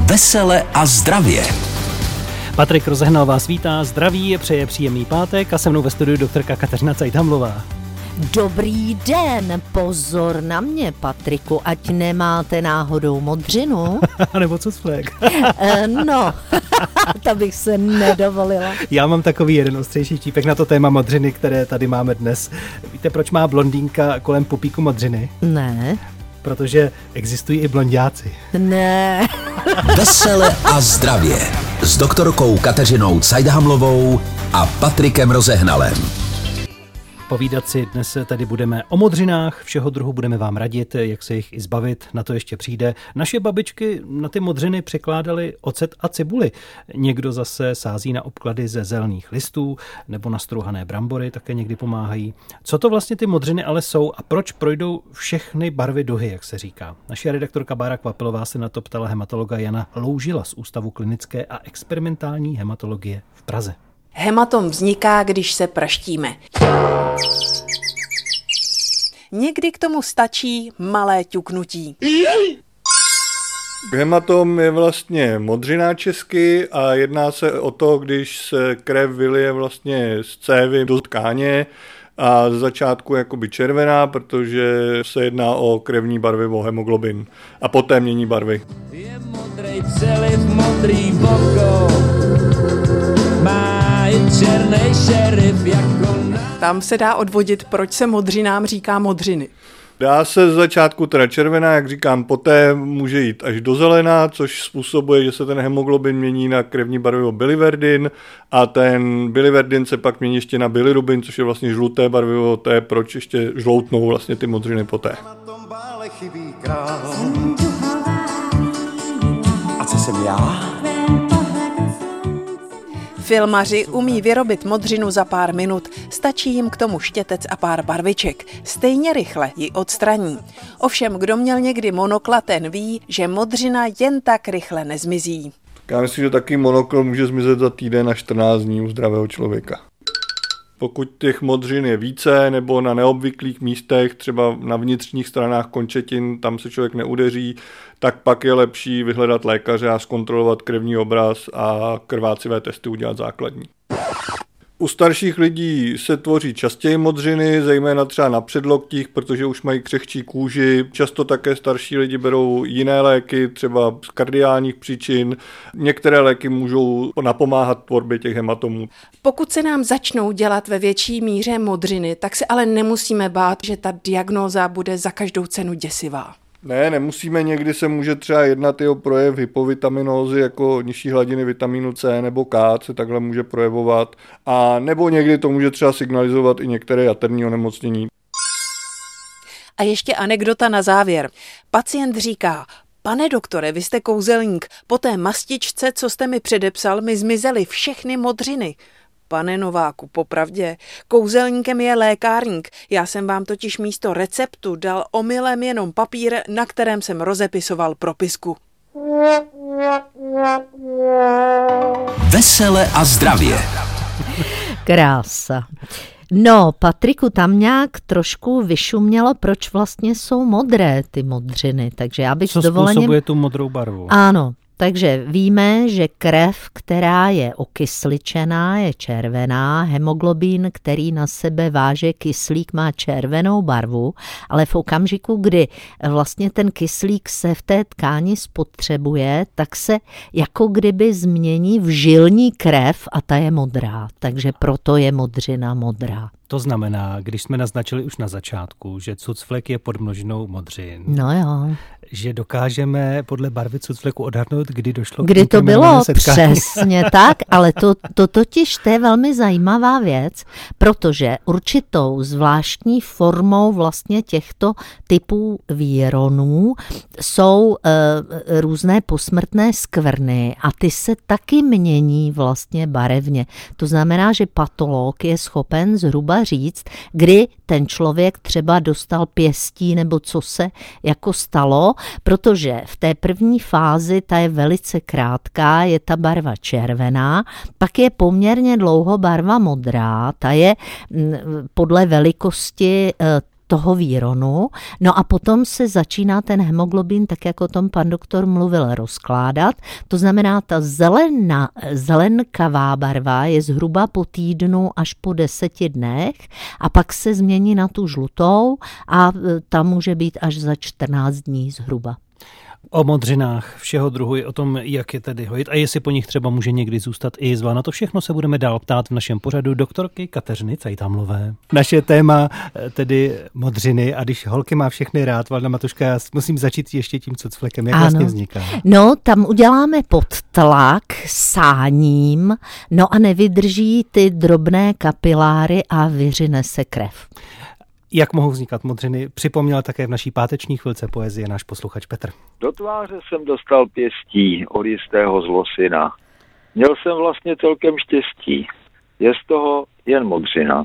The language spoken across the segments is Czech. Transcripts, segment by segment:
Vesele a zdravě. Patrik Rozehnal vás vítá, zdraví, přeje příjemný pátek a se mnou ve studiu doktorka Kateřina Cajthamlová. Dobrý den, pozor na mě, Patriku, ať nemáte náhodou modřinu. Nebo cucflek. No, to bych se nedovolila. Já mám takový jeden ostřejší čípek na to téma modřiny, které tady máme dnes. Víte, proč má blondýnka kolem pupíku modřiny? Ne. Protože existují i blonďáci. Ne. Vesele a zdravě s doktorkou Kateřinou Cajthamlovou a Patrikem Rozehnalem. Povídat si dnes tady budeme o modřinách, všeho druhu budeme vám radit, jak se jich i zbavit, na to ještě přijde. Naše babičky na ty modřiny překládaly ocet a cibuli. Někdo zase sází na obklady ze zelených listů nebo na strouhané brambory, také někdy pomáhají. Co to vlastně ty modřiny ale jsou a proč projdou všechny barvy duhy, jak se říká? Naše redaktorka Bára Kvapilová se na to ptala hematologa Jana Loužila z Ústavu klinické a experimentální hematologie v Praze. Hematom vzniká, když se praštíme. Někdy k tomu stačí malé ťuknutí. Hematom je vlastně modřina česky a jedná se o to, když se krev vylije vlastně z cévy do tkáně a z začátku jakoby červená, protože se jedná o krevní barvivo hemoglobin a poté mění barvy. Je modrej celý v modrý boko, má i černej šerif jako Tam se dá odvodit, proč se modřinám říká modřiny. Dá se z začátku teda červená, jak říkám, poté může jít až do zelená, což způsobuje, že se ten hemoglobin mění na krevní barvivo biliverdin a ten biliverdin se pak mění ještě na bilirubin, což je vlastně žluté barvivo, to je proč ještě žloutnou vlastně ty modřiny poté. A co jsem já? Filmaři umí vyrobit modřinu za pár minut, stačí jim k tomu štětec a pár barviček. Stejně rychle ji odstraní. Ovšem, kdo měl někdy monokla, ten ví, že modřina jen tak rychle nezmizí. Já myslím, že taky monokl může zmizet za týden až 14 dní u zdravého člověka. Pokud těch modřin je více nebo na neobvyklých místech, třeba na vnitřních stranách končetin, tam se člověk neudeří, tak pak je lepší vyhledat lékaře a zkontrolovat krevní obraz a krvácivé testy udělat základní. U starších lidí se tvoří častěji modřiny, zejména třeba na předloktích, protože už mají křehčí kůži. Často také starší lidi berou jiné léky, třeba z kardiálních příčin. Některé léky můžou napomáhat tvorbě těch hematomů. Pokud se nám začnou dělat ve větší míře modřiny, tak se ale nemusíme bát, že ta diagnóza bude za každou cenu děsivá. Ne, nemusíme, někdy se může třeba jednat i o projev hypovitaminózy, jako nižší hladiny vitamínu C nebo K se takhle může projevovat, a nebo někdy to může třeba signalizovat i některé jaterní onemocnění. A ještě anekdota na závěr. Pacient říká: pane doktore, vy jste kouzelník, po té mastičce, co jste mi předepsal, mi zmizely všechny modřiny. Pane Nováku, popravdě, kouzelníkem je lékárník. Já jsem vám totiž místo receptu dal omylem jenom papír, na kterém jsem rozepisoval propisku. Vesele a zdravě. Krása. No, Patriku, tam nějak trošku vyšumělo, proč vlastně jsou modré ty modřiny, takže já bych co s dovolením... způsobuje tu modrou barvu? Ano. Takže víme, že krev, která je okysličená, je červená, hemoglobin, který na sebe váže kyslík, má červenou barvu, ale v okamžiku, kdy vlastně ten kyslík se v té tkáni spotřebuje, tak se jako kdyby změní v žilní krev a ta je modrá, takže proto je modřina modrá. To znamená, když jsme naznačili už na začátku, že cucflek je podmnožinou modřin. No jo. Že dokážeme podle barvy cucfleku odhadnout, kdy došlo k kdy to bylo, setkání. přesně tak, ale to totiž to je velmi zajímavá věc, protože určitou zvláštní formou vlastně těchto typů víronů jsou různé posmrtné skvrny a ty se taky mění vlastně barevně. To znamená, že patolog je schopen zhruba říct, kdy ten člověk třeba dostal pěstí nebo co se jako stalo, protože v té první fázi ta je velice krátká, je ta barva červená, pak je poměrně dlouho barva modrá, ta je podle velikosti toho výronu. No a potom se začíná ten hemoglobin, tak jak o tom pan doktor mluvil, rozkládat. To znamená, ta zelenkavá barva je zhruba po týdnu až po 10 dnech a pak se změní na tu žlutou a ta může být až za 14 dní zhruba. O modřinách všeho druhu, o tom, jak je tedy hojit a jestli po nich třeba může někdy zůstat i jizva. Na to všechno se budeme dál ptát v našem pořadu doktorky Kateřiny Cajtamlové. Naše téma tedy modřiny, a když holky má všechny rád, Valda Matuška, já musím začít ještě tím cucflekem. Jak vlastně vzniká? No, tam uděláme podtlak sáním, no a nevydrží ty drobné kapiláry a vyřine se krev. Jak mohou vznikat modřiny, připomněl také v naší páteční chvilce poezie náš posluchač Petr. Do tváře jsem dostal pěstí od jistého zlosyna. Měl jsem vlastně celkem štěstí. Je z toho jen modřina.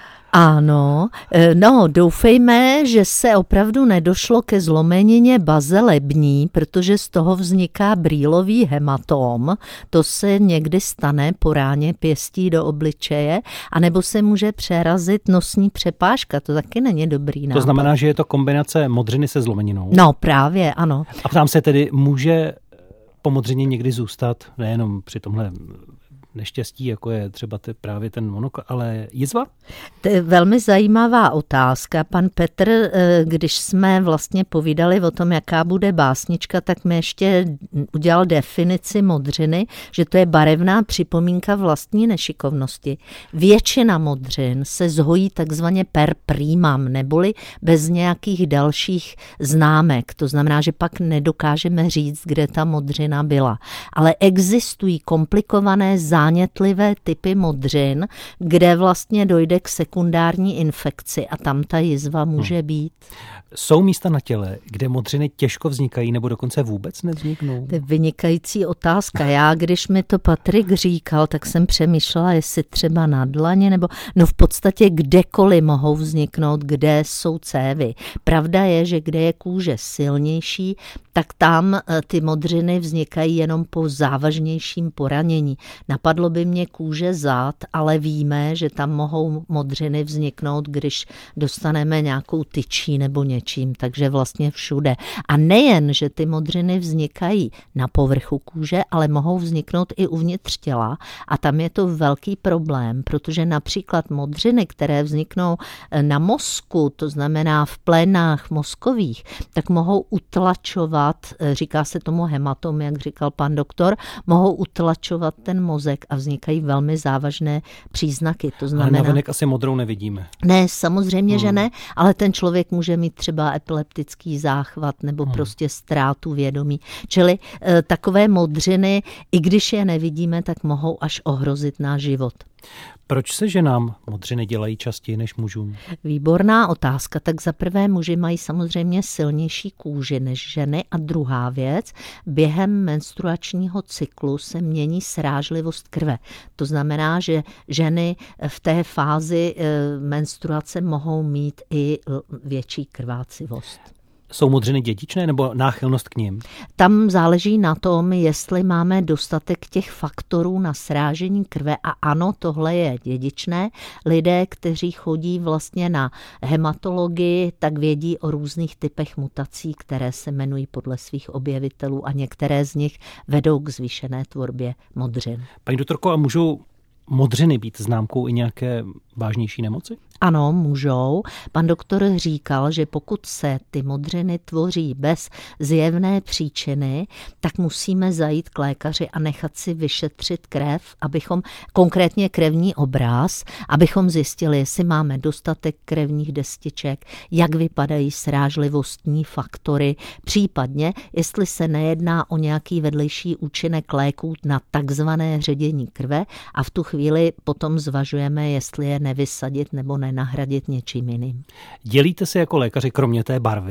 Ano, no doufejme, že se opravdu nedošlo ke zlomenině baze lební, protože z toho vzniká brýlový hematom. To se někdy stane po ráně pěstí do obličeje, anebo se může přerazit nosní přepážka, to taky není dobrý nápad. To znamená, že je to kombinace modřiny se zlomeninou? No právě, ano. A ptám se tedy, může po modřině někdy zůstat, nejenom při tomhle neštěstí, jako je třeba právě ten monokl, ale jizva? To je velmi zajímavá otázka. Pan Petr, když jsme vlastně povídali o tom, jaká bude básnička, tak mi ještě udělal definici modřiny, že to je barevná připomínka vlastní nešikovnosti. Většina modřin se zhojí takzvaně per primam, neboli bez nějakých dalších známek. To znamená, že pak nedokážeme říct, kde ta modřina byla. Ale existují komplikované zánětlivé typy modřin, kde vlastně dojde k sekundární infekci a tam ta jizva může být. Jsou místa na těle, kde modřiny těžko vznikají nebo dokonce vůbec nevzniknou? To je vynikající otázka. Já, když mi to Patrik říkal, tak jsem přemýšlela, jestli třeba na dlaně nebo v podstatě kdekoliv mohou vzniknout, kde jsou cévy. Pravda je, že kde je kůže silnější, tak tam ty modřiny vznikají jenom po závažnějším poranění. Napadlo by mě kůže zad, ale víme, že tam mohou modřiny vzniknout, když dostaneme nějakou tyčí nebo něčím, takže vlastně všude. A nejen, že ty modřiny vznikají na povrchu kůže, ale mohou vzniknout i uvnitř těla a tam je to velký problém, protože například modřiny, které vzniknou na mozku, to znamená v plénách mozkových, tak mohou utlačovat, říká se tomu hematom, jak říkal pan doktor, mohou utlačovat ten mozek a vznikají velmi závažné příznaky. To znamená, ale navenek asi modrou nevidíme. Ne, samozřejmě, že ne, ale ten člověk může mít třeba epileptický záchvat nebo prostě ztrátu vědomí. Čili takové modřiny, i když je nevidíme, tak mohou až ohrozit náš život. Proč se ženám modřiny dělají častěji než mužům? Výborná otázka. Tak za prvé muži mají samozřejmě silnější kůži než ženy a druhá věc, během menstruačního cyklu se mění srážlivost krve. To znamená, že ženy v té fázi menstruace mohou mít i větší krvácivost. Jsou modřiny dědičné nebo náchylnost k nim? Tam záleží na tom, jestli máme dostatek těch faktorů na srážení krve a ano, tohle je dědičné. Lidé, kteří chodí vlastně na hematologii, tak vědí o různých typech mutací, které se jmenují podle svých objevitelů a některé z nich vedou k zvýšené tvorbě modřin. Paní doktorko, a můžou modřiny být známkou i nějaké vážnější nemoci? Ano, můžou. Pan doktor říkal, že pokud se ty modřiny tvoří bez zjevné příčiny, tak musíme zajít k lékaři a nechat si vyšetřit krev, abychom, konkrétně krevní obraz, abychom zjistili, jestli máme dostatek krevních destiček, jak vypadají srážlivostní faktory, případně, jestli se nejedná o nějaký vedlejší účinek léků na takzvané ředění krve a v tu chvíli potom zvažujeme, jestli je nevysadit nebo nenahradit něčím jiným. Dělíte se jako lékaři kromě té barvy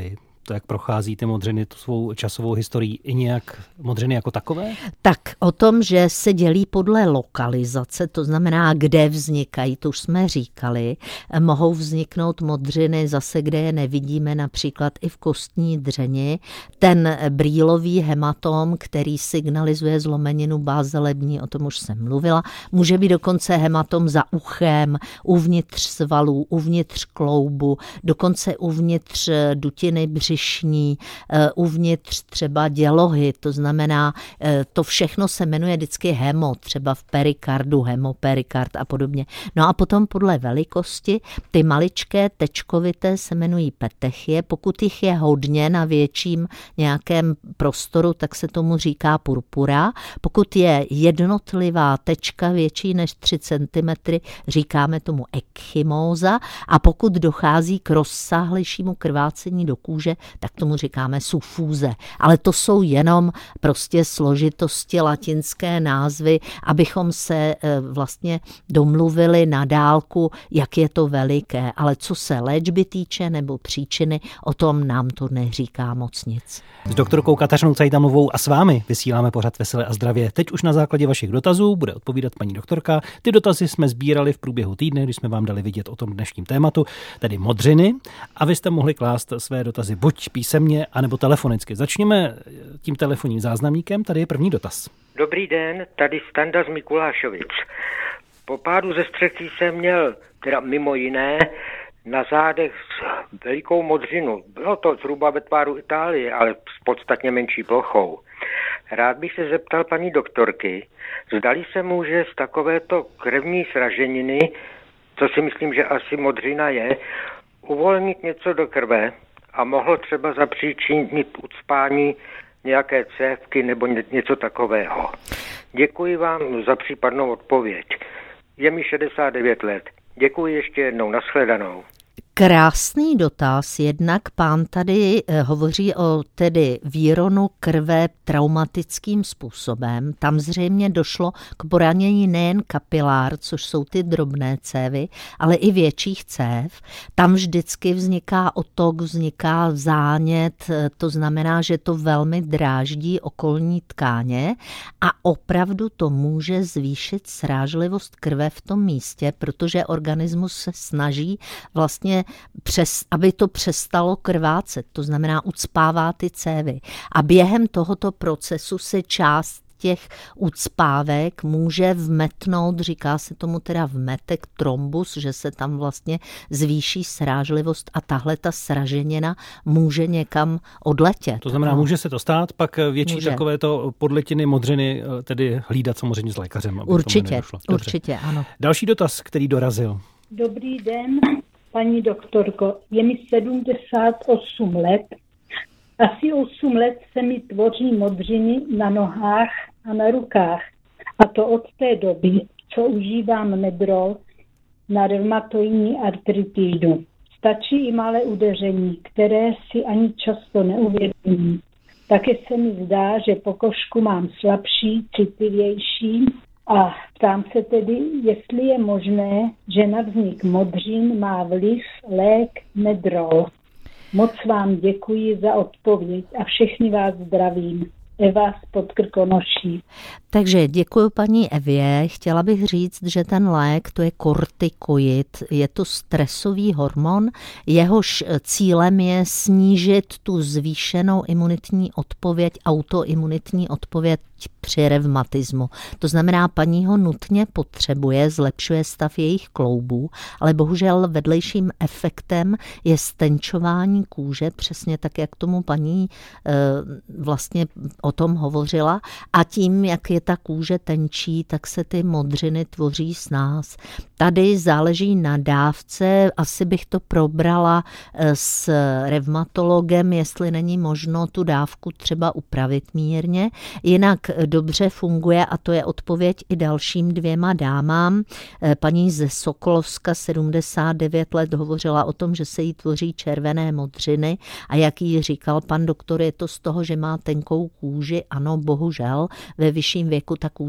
to, jak prochází ty modřiny, tu svou časovou historii, i nějak modřiny jako takové? Tak o tom, že se dělí podle lokalizace, to znamená, kde vznikají, to už jsme říkali, mohou vzniknout modřiny zase, kde je nevidíme, například i v kostní dřeni. Ten brýlový hematom, který signalizuje zlomeninu báze lební, o tom už jsem mluvila, může být dokonce hematom za uchem, uvnitř svalů, uvnitř kloubu, dokonce uvnitř dutiny břišní, uvnitř třeba dělohy, to znamená, to všechno se jmenuje vždycky hemo, třeba v perikardu, hemoperikard a podobně. No a potom podle velikosti ty maličké tečkovité se jmenují petechie, pokud jich je hodně na větším nějakém prostoru, tak se tomu říká purpura. Pokud je jednotlivá tečka větší než 3 cm, říkáme tomu ekchymóza, a pokud dochází k rozsáhlejšímu krvácení do kůže, tak tomu říkáme sufúze. Ale to jsou jenom prostě složitosti, latinské názvy, abychom se vlastně domluvili na dálku, jak je to veliké. Ale co se léčby týče nebo příčiny, o tom nám to neříká moc nic. S doktorkou Kateřinou Cajdhamlovou a s vámi vysíláme pořad Veselé a zdravě. Teď už na základě vašich dotazů bude odpovídat paní doktorka. Ty dotazy jsme sbírali v průběhu týdne, když jsme vám dali vidět o tom dnešním tématu, tedy modřiny, a vy jste mohli klást své dotazy buď písemně, anebo telefonicky. Začněme tím telefonním záznamníkem, tady je první dotaz. Dobrý den, tady Standa z Mikulášovic. Po pádu ze střechy jsem měl, teda mimo jiné, na zádech velikou modřinu. Bylo to zhruba ve tváru Itálie, ale s podstatně menší plochou. Rád bych se zeptal paní doktorky, zdali se může z takovéto krevní sraženiny, co si myslím, že asi modřina je, uvolnit něco do krve a mohlo třeba zapříčinit ucpání nějaké cévky nebo něco takového. Děkuji vám za případnou odpověď. Je mi 69 let. Děkuji ještě jednou, nashledanou. Krásný dotaz, jednak pán tady hovoří o tedy výronu krve traumatickým způsobem. Tam zřejmě došlo k poranění nejen kapilár, což jsou ty drobné cévy, ale i větších cév. Tam vždycky vzniká otok, vzniká zánět, to znamená, že to velmi dráždí okolní tkáně a opravdu to může zvýšit srážlivost krve v tom místě, protože organismus se snaží vlastně aby to přestalo krvácet, to znamená ucpává ty cévy. A během tohoto procesu se část těch ucpávek může vmetnout, říká se tomu teda vmetek, trombus, že se tam vlastně zvýší srážlivost a tahle ta sraženina může někam odletět. To znamená, může se to stát, pak větší takovéto podletiny modřiny tedy hlídat samozřejmě s lékařem. Určitě, ano. Další dotaz, který dorazil. Dobrý den. Paní doktorko, je mi 78 let. Asi 8 let se mi tvoří modřiny na nohách a na rukách. A to od té doby, co užívám Medrol na reumatoidní artritidu. Stačí i malé udeření, které si ani často neuvědomím. Také se mi zdá, že pokožku mám slabší, citlivější. A ptám se tedy, jestli je možné, že na vznik modřin má vliv lék Medrol. Moc vám děkuji za odpověď a všechny vás zdravím. Eva z Podkrkonoší. Takže děkuji paní Evě. Chtěla bych říct, že ten lék, to je kortikoid, je to stresový hormon, jehož cílem je snížit tu zvýšenou imunitní odpověď, autoimunitní odpověď při revmatismu. To znamená, paní ho nutně potřebuje, zlepšuje stav jejich kloubů, ale bohužel vedlejším efektem je stenčování kůže, přesně tak, jak tomu paní vlastně o tom hovořila. A tím, jak je ta kůže tenčí, tak se ty modřiny tvoří s nás. Tady záleží na dávce, asi bych to probrala s revmatologem, jestli není možno tu dávku třeba upravit mírně. Jinak dobře funguje, a to je odpověď i dalším 2 dámám. Paní ze Sokolovska, 79 let, hovořila o tom, že se jí tvoří červené modřiny a jak jí říkal pan doktor, je to z toho, že má tenkou kůži. Ano, bohužel, ve vyšším věku ta kůže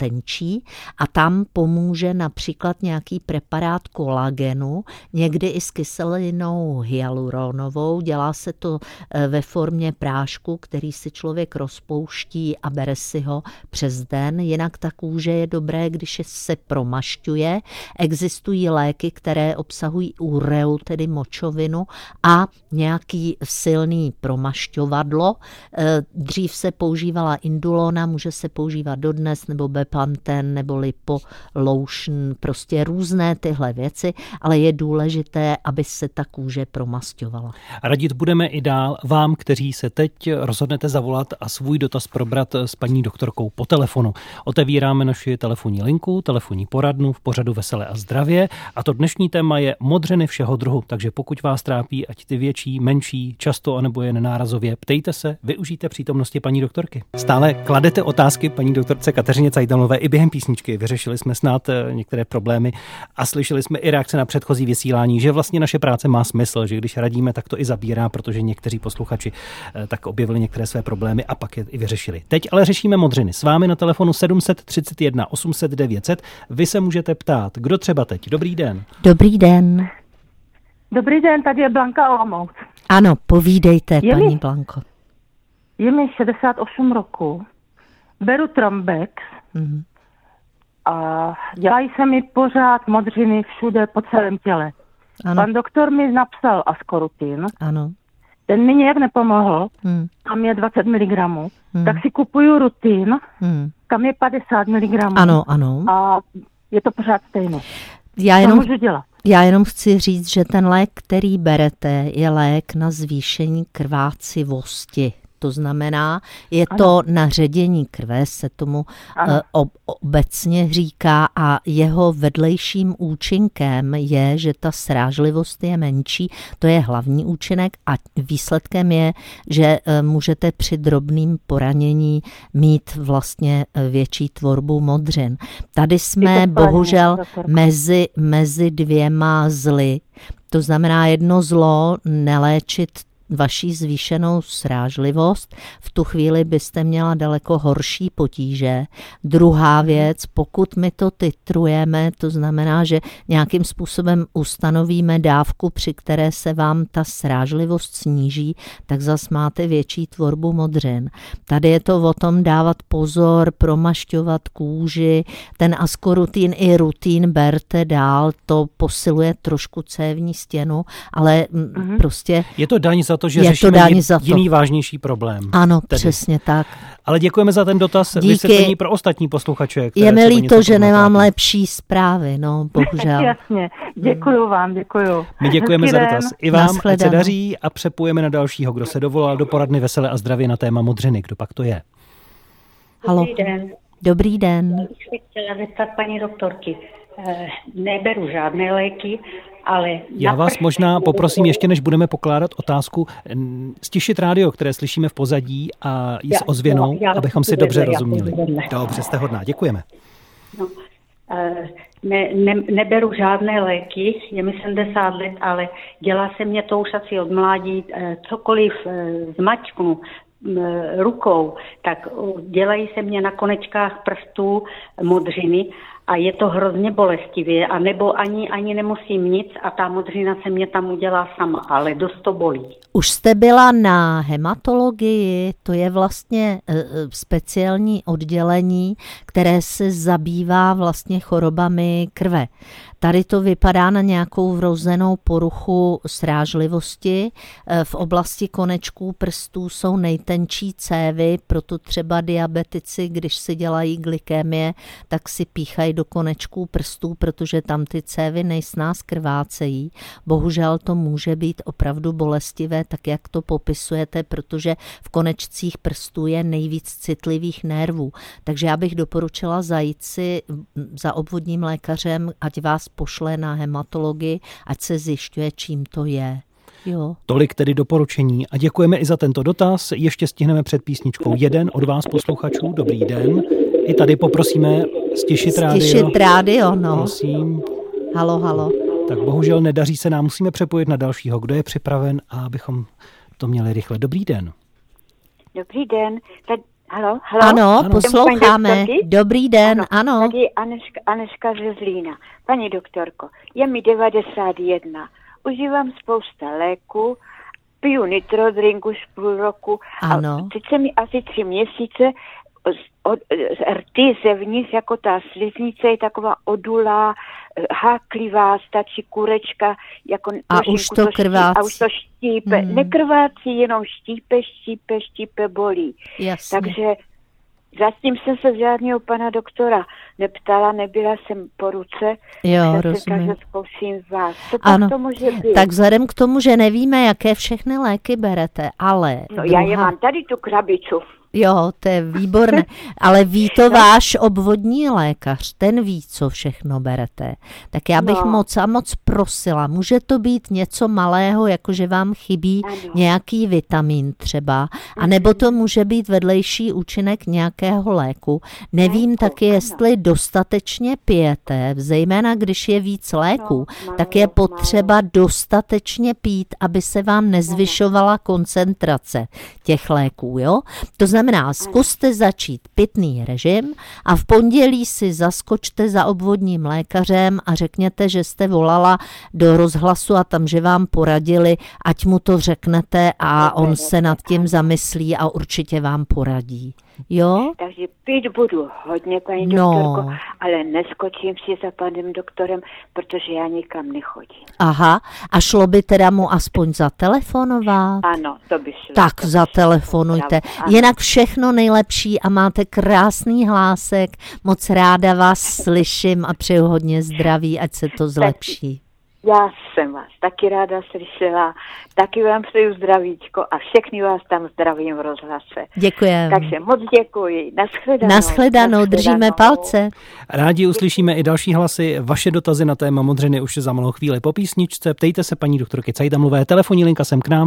tenčí a tam pomůže například nějaký preparát kolagenu, někdy i s kyselinou hyaluronovou. Dělá se to ve formě prášku, který si člověk rozpouští a bere si ho přes den. Jinak ta kůže je dobré, když se promašťuje. Existují léky, které obsahují ureu, tedy močovinu, a nějaký silný promašťovadlo. Dřív se používala indulona, může se používat dodnes, nebo Bepanthen, nebo Lipo Lotion, prostě různé tyhle věci, ale je důležité, aby se ta kůže promasťovala. Radit budeme i dál vám, kteří se teď rozhodnete zavolat a svůj dotaz probrat s paní doktorkou po telefonu. Otevíráme naši telefonní linku, telefonní poradnu v pořadu Veselé a zdravě a to dnešní téma je modřiny všeho druhu, takže pokud vás trápí, ať ty větší, menší, často anebo jen nárazově, ptejte se, využijte přítomnosti paní doktorky. Stále kladete otázky paní doktorce Kateřině Cajtamlové i během písničky. Vyřešili jsme snad některé problémy a slyšeli jsme i reakce na předchozí vysílání, že vlastně naše práce má smysl, že když radíme, tak to i zabírá, protože někteří posluchači tak objevili některé své problémy a pak je i vyřešili. Teď ale řešíme modřiny. S vámi na telefonu 731 800 900. Vy se můžete ptát, kdo třeba teď. Dobrý den. Dobrý den. Dobrý den, tady je Blanka Olomouc. Ano, povídejte, paní Blanko. Je mi 68 roku, beru Trombex a dělají se mi pořád modřiny všude po celém těle. Ano. Pan doktor mi napsal Ascorutin. Ano. Ten mi nějak nepomohl, tam je 20 mg, tak si kupuju Rutin, tam je 50 mg. Ano, ano. A je to pořád stejné. Já jenom chci říct, že ten lék, který berete, je lék na zvýšení krvácivosti. To znamená, je to na ředění krve, se tomu obecně říká, a jeho vedlejším účinkem je, že ta srážlivost je menší, to je hlavní účinek, a výsledkem je, že můžete při drobným poranění mít vlastně větší tvorbu modřin. Tady jsme bohužel mezi dvěma zly. To znamená, jedno zlo neléčit vaší zvýšenou srážlivost, v tu chvíli byste měla daleko horší potíže. Druhá věc, pokud my to titrujeme, to znamená, že nějakým způsobem ustanovíme dávku, při které se vám ta srážlivost sníží, tak zas máte větší tvorbu modřin. Tady je to o tom dávat pozor, promašťovat kůži, ten Ascorutin i Rutin berte dál, to posiluje trošku cévní stěnu, ale prostě... Je to daň za to, že řešíme jiný vážnější problém. Ano, tedy. Přesně tak. Ale děkujeme za ten dotaz. Vysvětlení pro ostatní posluchače. Je mi líto, že nemám lepší zprávy, no, bohužel. Jasně, děkuju vám, děkuju. My děkujeme za dotaz. I vám, ať se daří, a přepojeme na dalšího, kdo se dovolal do poradny Veselé a zdravě na téma modřiny. Kdo pak to je? Halo. Dobrý den. Dobrý den. Já bych chtěla zeptat paní doktorky. Neberu žádné léky, ale... Já vás možná poprosím, ještě než budeme pokládat otázku, stišit rádio, které slyšíme v pozadí, a jít s ozvěnou, abychom si dobře rozuměli. Dobře, jste hodná, děkujeme. No, neberu žádné léky, je mi 70 let, ale dělá se mě to už asi od mládí, cokoliv zmačknu rukou, tak dělají se mě na konečkách prstů modřiny a je to hrozně bolestivě, a nebo ani nemusím nic a ta modřina se mě tam udělá sama, ale dost to bolí. Už jste byla na hematologii, to je vlastně speciální oddělení, které se zabývá vlastně chorobami krve. Tady to vypadá na nějakou vrozenou poruchu srážlivosti. V oblasti konečků prstů jsou nejtenčí cévy, proto třeba diabetici, když si dělají glykémie, tak si píchají do konečků prstů, protože tam ty cévy nejsnáz krvácejí. Bohužel to může být opravdu bolestivé, tak jak to popisujete, protože v konečcích prstů je nejvíc citlivých nervů. Takže já bych doporučila zajít si za obvodním lékařem, ať vás pošle na hematologii, ať se zjišťuje, čím to je. Jo. Tolik tedy doporučení a děkujeme i za tento dotaz. Ještě stihneme před písničkou jeden od vás posluchačů. Dobrý den. I tady poprosíme stišit rádio. Stišit rádio, no. Prosím. Halo, halo. Tak bohužel nedaří se nám, musíme přepojit na dalšího. Kdo je připraven, a abychom to měli rychle. Dobrý den. Dobrý den. Halo? Ano, posloucháme. Dobrý den, ano. Tady Aneška ze Zlína. Paní doktorko, je mi 91. Užívám spousta léků, piju nitrodrink už půl roku. Ano. A teď se mi asi 3 měsíce rty zevnitř, jako ta sliznice je taková odulá, háklivá, stačí kurečka, jako a už to krvácí. A už to štípe. Nekrvácí, jenom štípe, bolí. Jasně. Takže zatím jsem se žádného pana doktora neptala, nebyla jsem po ruce. Jo, rozumím. Takže zkusím vás. Co pak to může být? Tak vzhledem k tomu, že nevíme, jaké všechny léky berete, ale... No já je mám tady tu krabicu. Jo, to je výborné, ale ví to váš obvodní lékař, ten ví, co všechno berete. Tak já bych moc prosila, může to být něco malého, jakože vám chybí nějaký vitamin třeba, anebo to může být vedlejší účinek nějakého léku. Nevím taky, jestli dostatečně pijete, zejména když je víc léků, tak je potřeba dostatečně pít, aby se vám nezvyšovala koncentrace těch léků, jo? To znamená, zkuste začít pitný režim a v pondělí si zaskočte za obvodním lékařem a řekněte, že jste volala do rozhlasu a tam, že vám poradili, ať mu to řeknete a on se nad tím zamyslí a určitě vám poradí. Jo? Takže pít budu hodně, paní doktorko, ale neskočím si za panem doktorem, protože já nikam nechodím. Aha, a šlo by teda mu aspoň zatelefonovat? Ano, to by šlo. Tak zatelefonujte. Jinak všechno nejlepší a máte krásný hlásek. Moc ráda vás slyším a přeju hodně zdraví, ať se to zlepší. Já jsem vás taky ráda slyšela, taky vám přeju zdravíčko a všechny vás tam zdravím v rozhlase. Děkujeme. Takže moc děkuji. Nashledanou, držíme palce. Rádi uslyšíme i další hlasy. Vaše dotazy na téma modřiny už za malou chvíli po písničce. Ptejte se paní doktorky Cajdamlové. Telefonní linka sem k nám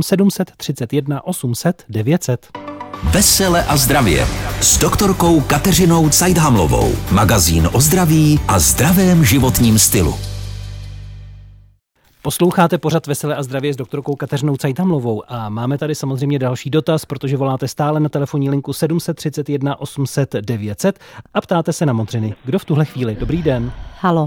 731 800 900. Vesele a zdravě s doktorkou Kateřinou Cajdhamlovou. Magazín o zdraví a zdravém životním stylu. Posloucháte pořad Veselé a zdravě s doktorkou Kateřinou Cajdhamlovou a máme tady samozřejmě další dotaz, protože voláte stále na telefonní linku 731 800 900 a ptáte se na modřiny. Kdo v tuhle chvíli? Dobrý den. Halo.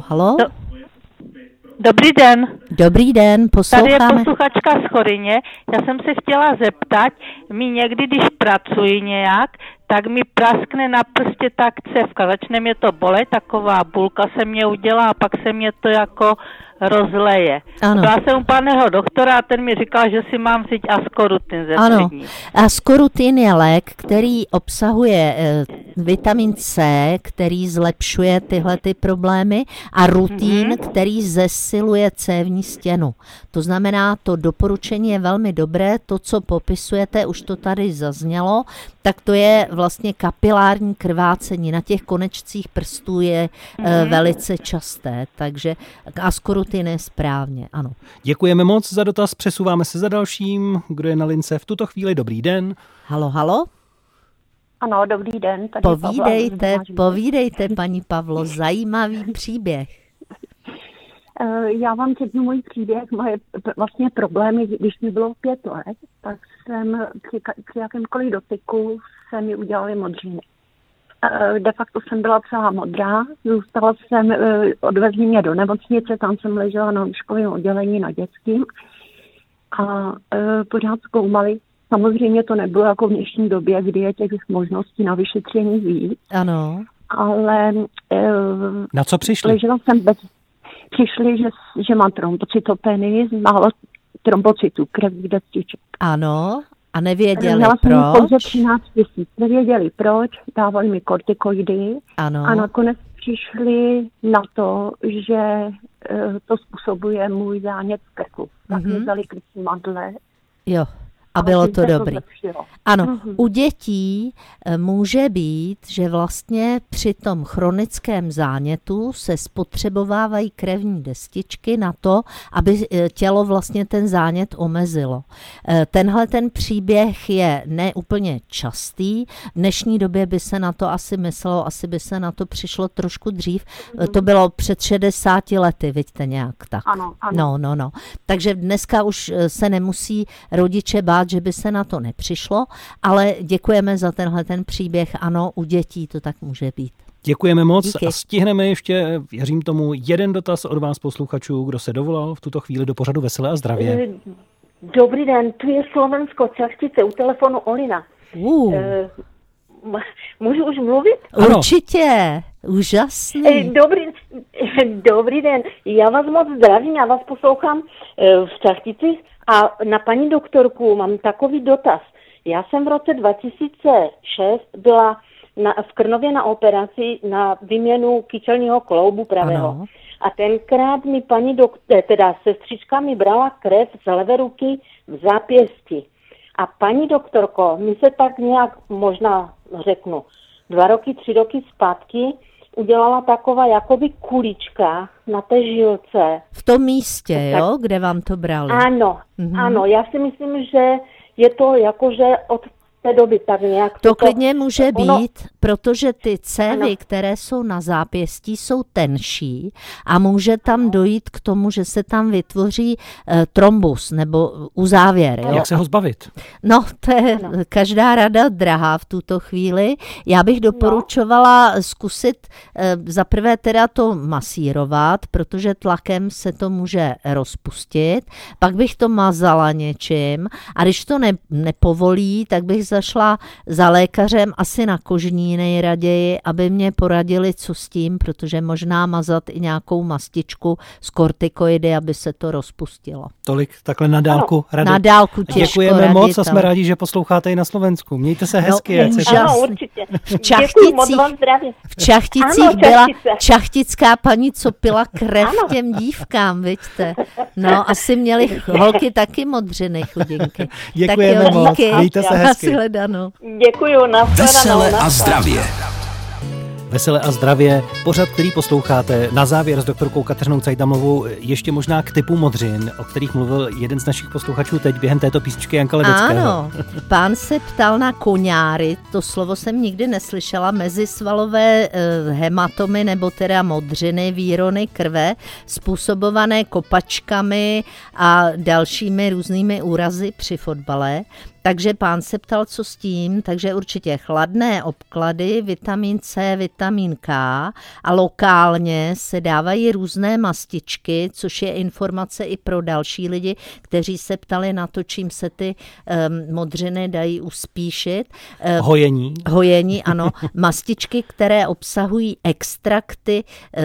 Dobrý den. Dobrý den, posloucháme. Tady je posluchačka z Choryně. Já jsem se chtěla zeptat, mi někdy, když pracuji nějak, tak mi praskne na prstě ta cévka. Začne mě to bolet, taková bulka se mě udělá a pak se mě to jako rozleje. Byla jsem u paného doktora a ten mi říkal, že si mám vzít Ascorutin ze střední. Ascorutin je lék, který obsahuje vitamin C, který zlepšuje tyhle ty problémy a rutin, který zesiluje cévní stěnu. To znamená, to doporučení je velmi dobré, to, co popisujete, už to tady zaznělo, tak to je vlastně kapilární krvácení. Na těch konečcích prstů je velice časté, takže Ascorutin je správně, ano. Děkujeme moc za dotaz, přesouváme se za dalším. Kdo je na lince v tuto chvíli? Dobrý den. Halo. Ano, dobrý den. Tady povídejte, paní Pavlo, zajímavý příběh. Já vám řeknu můj příběh, moje vlastně problémy, když mi bylo 5 let, tak jsem při jakémkoliv dotyku se mi udělaly modřiny. De facto jsem byla celá modrá, zůstala jsem, odvezli mě do nemocnice, tam jsem ležela na lůžkovém oddělení na dětským a pořád zkoumali. Samozřejmě to nebylo jako v dnešní době, kdy je těch možností na vyšetření víc. Ano. Ale na co přišli? Ležela jsem přišli, že mám trombocytopenie, málo trombocytů, krevních destiček. Ano. A nevěděli Měla proč? Měla jsem pouze 13 000. Nevěděli proč, dávali mi kortikoidy. Ano. A nakonec přišli na to, že to způsobuje můj zánět v krku. Tak mi dali krční mandle. Jo. A bylo to dobrý. Ano, u dětí může být, že vlastně při tom chronickém zánětu se spotřebovávají krevní destičky na to, aby tělo vlastně ten zánět omezilo. Tenhle ten příběh je neúplně častý. V dnešní době by se na to asi myslelo, asi by se na to přišlo trošku dřív. To bylo před 60 lety, vidíte, nějak tak. Ano. No. Takže dneska už se nemusí rodiče bát, rád, že by se na to nepřišlo, ale děkujeme za tenhle ten příběh. Ano, u dětí to tak může být. Děkujeme moc. Díky. A stihneme ještě, věřím tomu, jeden dotaz od vás posluchačů, kdo se dovolal v tuto chvíli do pořadu Veselé a zdravě. Dobrý den, tu je Slovensko, Čachtice, u telefonu Olina. Můžu už mluvit? Určitě, úžasný. Dobrý den, já vás moc zdravím, já vás poslouchám v Čachticích a na paní doktorku mám takový dotaz. Já jsem v roce 2006 byla v Krnově na operaci na výměnu kyčelního kloubu pravého. Ano. A tenkrát mi sestřička mi brala krev z levé ruky v zápěstí. A paní doktorko, mi se tak nějak, možná řeknu, 2 roky, 3 roky zpátky udělala taková jakoby kulička na té žilce. V tom místě, tak, jo, kde vám to brali? Ano, já si myslím, že je to jakože od té doby tak nějak. To klidně může být, protože ty cévy, které jsou na zápěstí, jsou tenší a může tam dojít k tomu, že se tam vytvoří trombus nebo uzávěr. Jo? Jak se ho zbavit? No, to je každá rada drahá v tuto chvíli. Já bych doporučovala zkusit zaprvé teda to masírovat, protože tlakem se to může rozpustit. Pak bych to mazala něčím a když to nepovolí, tak bych zašla za lékařem asi na kožní nejraději, aby mě poradili, co s tím, protože možná mazat i nějakou mastičku z kortikoidy, aby se to rozpustilo. Tolik takhle na dálku rady. Na dálku těžko děkujeme radit, moc a jsme rádi, že posloucháte i na Slovensku. Mějte se hezky. Ano, určitě. V Čachticích byla čachtická paní, co pila krev těm dívkám, vidíte. No, asi měli holky taky modřiny, chudinky. Děkujeme moc. Mějte se hezky. Děkuju, Veselé a zdravě. Veselé a zdravě, pořad, který posloucháte. Na závěr s doktorkou Kateřinou Cajdhamlovou ještě možná k typu modřin, o kterých mluvil jeden z našich posluchačů teď během této písničky Janka Ledeckého. Ano, pán se ptal na koňáry, to slovo jsem nikdy neslyšela, mezisvalové hematomy nebo teda modřiny, výrony krve, způsobované kopačkami a dalšími různými úrazy při fotbale. Takže pán se ptal, co s tím, takže určitě chladné obklady, vitamin C, vitamin K a lokálně se dávají různé mastičky, což je informace i pro další lidi, kteří se ptali na to, čím se ty modřiny dají uspíšit. Hojení, ano. Mastičky, které obsahují extrakty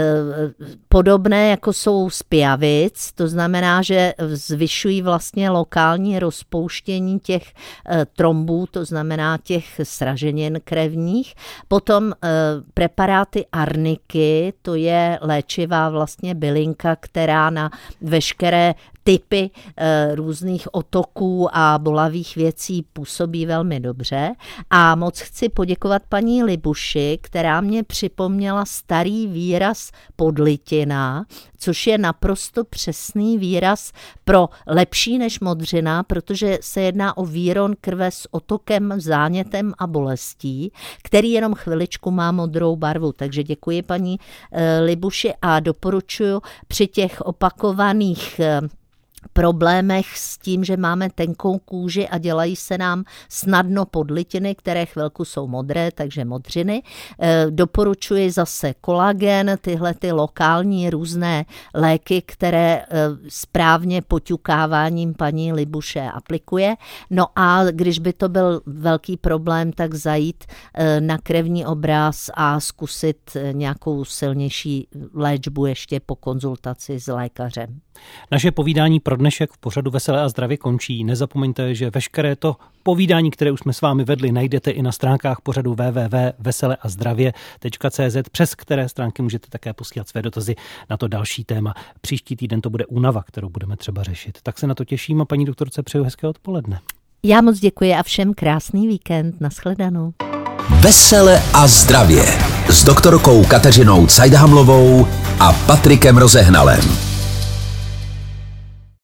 podobné, jako jsou z pijavic, to znamená, že zvyšují vlastně lokální rozpouštění těch trombů, to znamená těch sraženin krevních. Potom preparáty arniky, to je léčivá vlastně bylinka, která na veškeré typy různých otoků a bolavých věcí působí velmi dobře. A moc chci poděkovat paní Libuši, která mě připomněla starý výraz podlitina, což je naprosto přesný výraz pro lepší než modřina, protože se jedná o výron krve s otokem, zánětem a bolestí, který jenom chviličku má modrou barvu. Takže děkuji paní Libuši a doporučuji při těch opakovaných problémech s tím, že máme tenkou kůži a dělají se nám snadno podlitiny, které chvilku jsou modré, takže modřiny. Doporučuji zase kolagen, tyhle ty lokální různé léky, které správně poťukáváním paní Libuše aplikuje. No a když by to byl velký problém, tak zajít na krevní obraz a zkusit nějakou silnější léčbu ještě po konzultaci s lékařem. Naše povídání pro dnešek v pořadu Veselé a zdravě končí. Nezapomeňte, že veškeré to povídání, které už jsme s vámi vedli, najdete i na stránkách pořadu www.veseleazdravě.cz, přes které stránky můžete také posílat své dotazy na to další téma. Příští týden to bude únava, kterou budeme třeba řešit. Tak se na to těším a paní doktorce přeju hezké odpoledne. Já moc děkuji a všem krásný víkend. Nashledanou. Vesele a zdravě s doktorkou Kateřinou Cajdhamlovou a Patrikem Rozehnalem.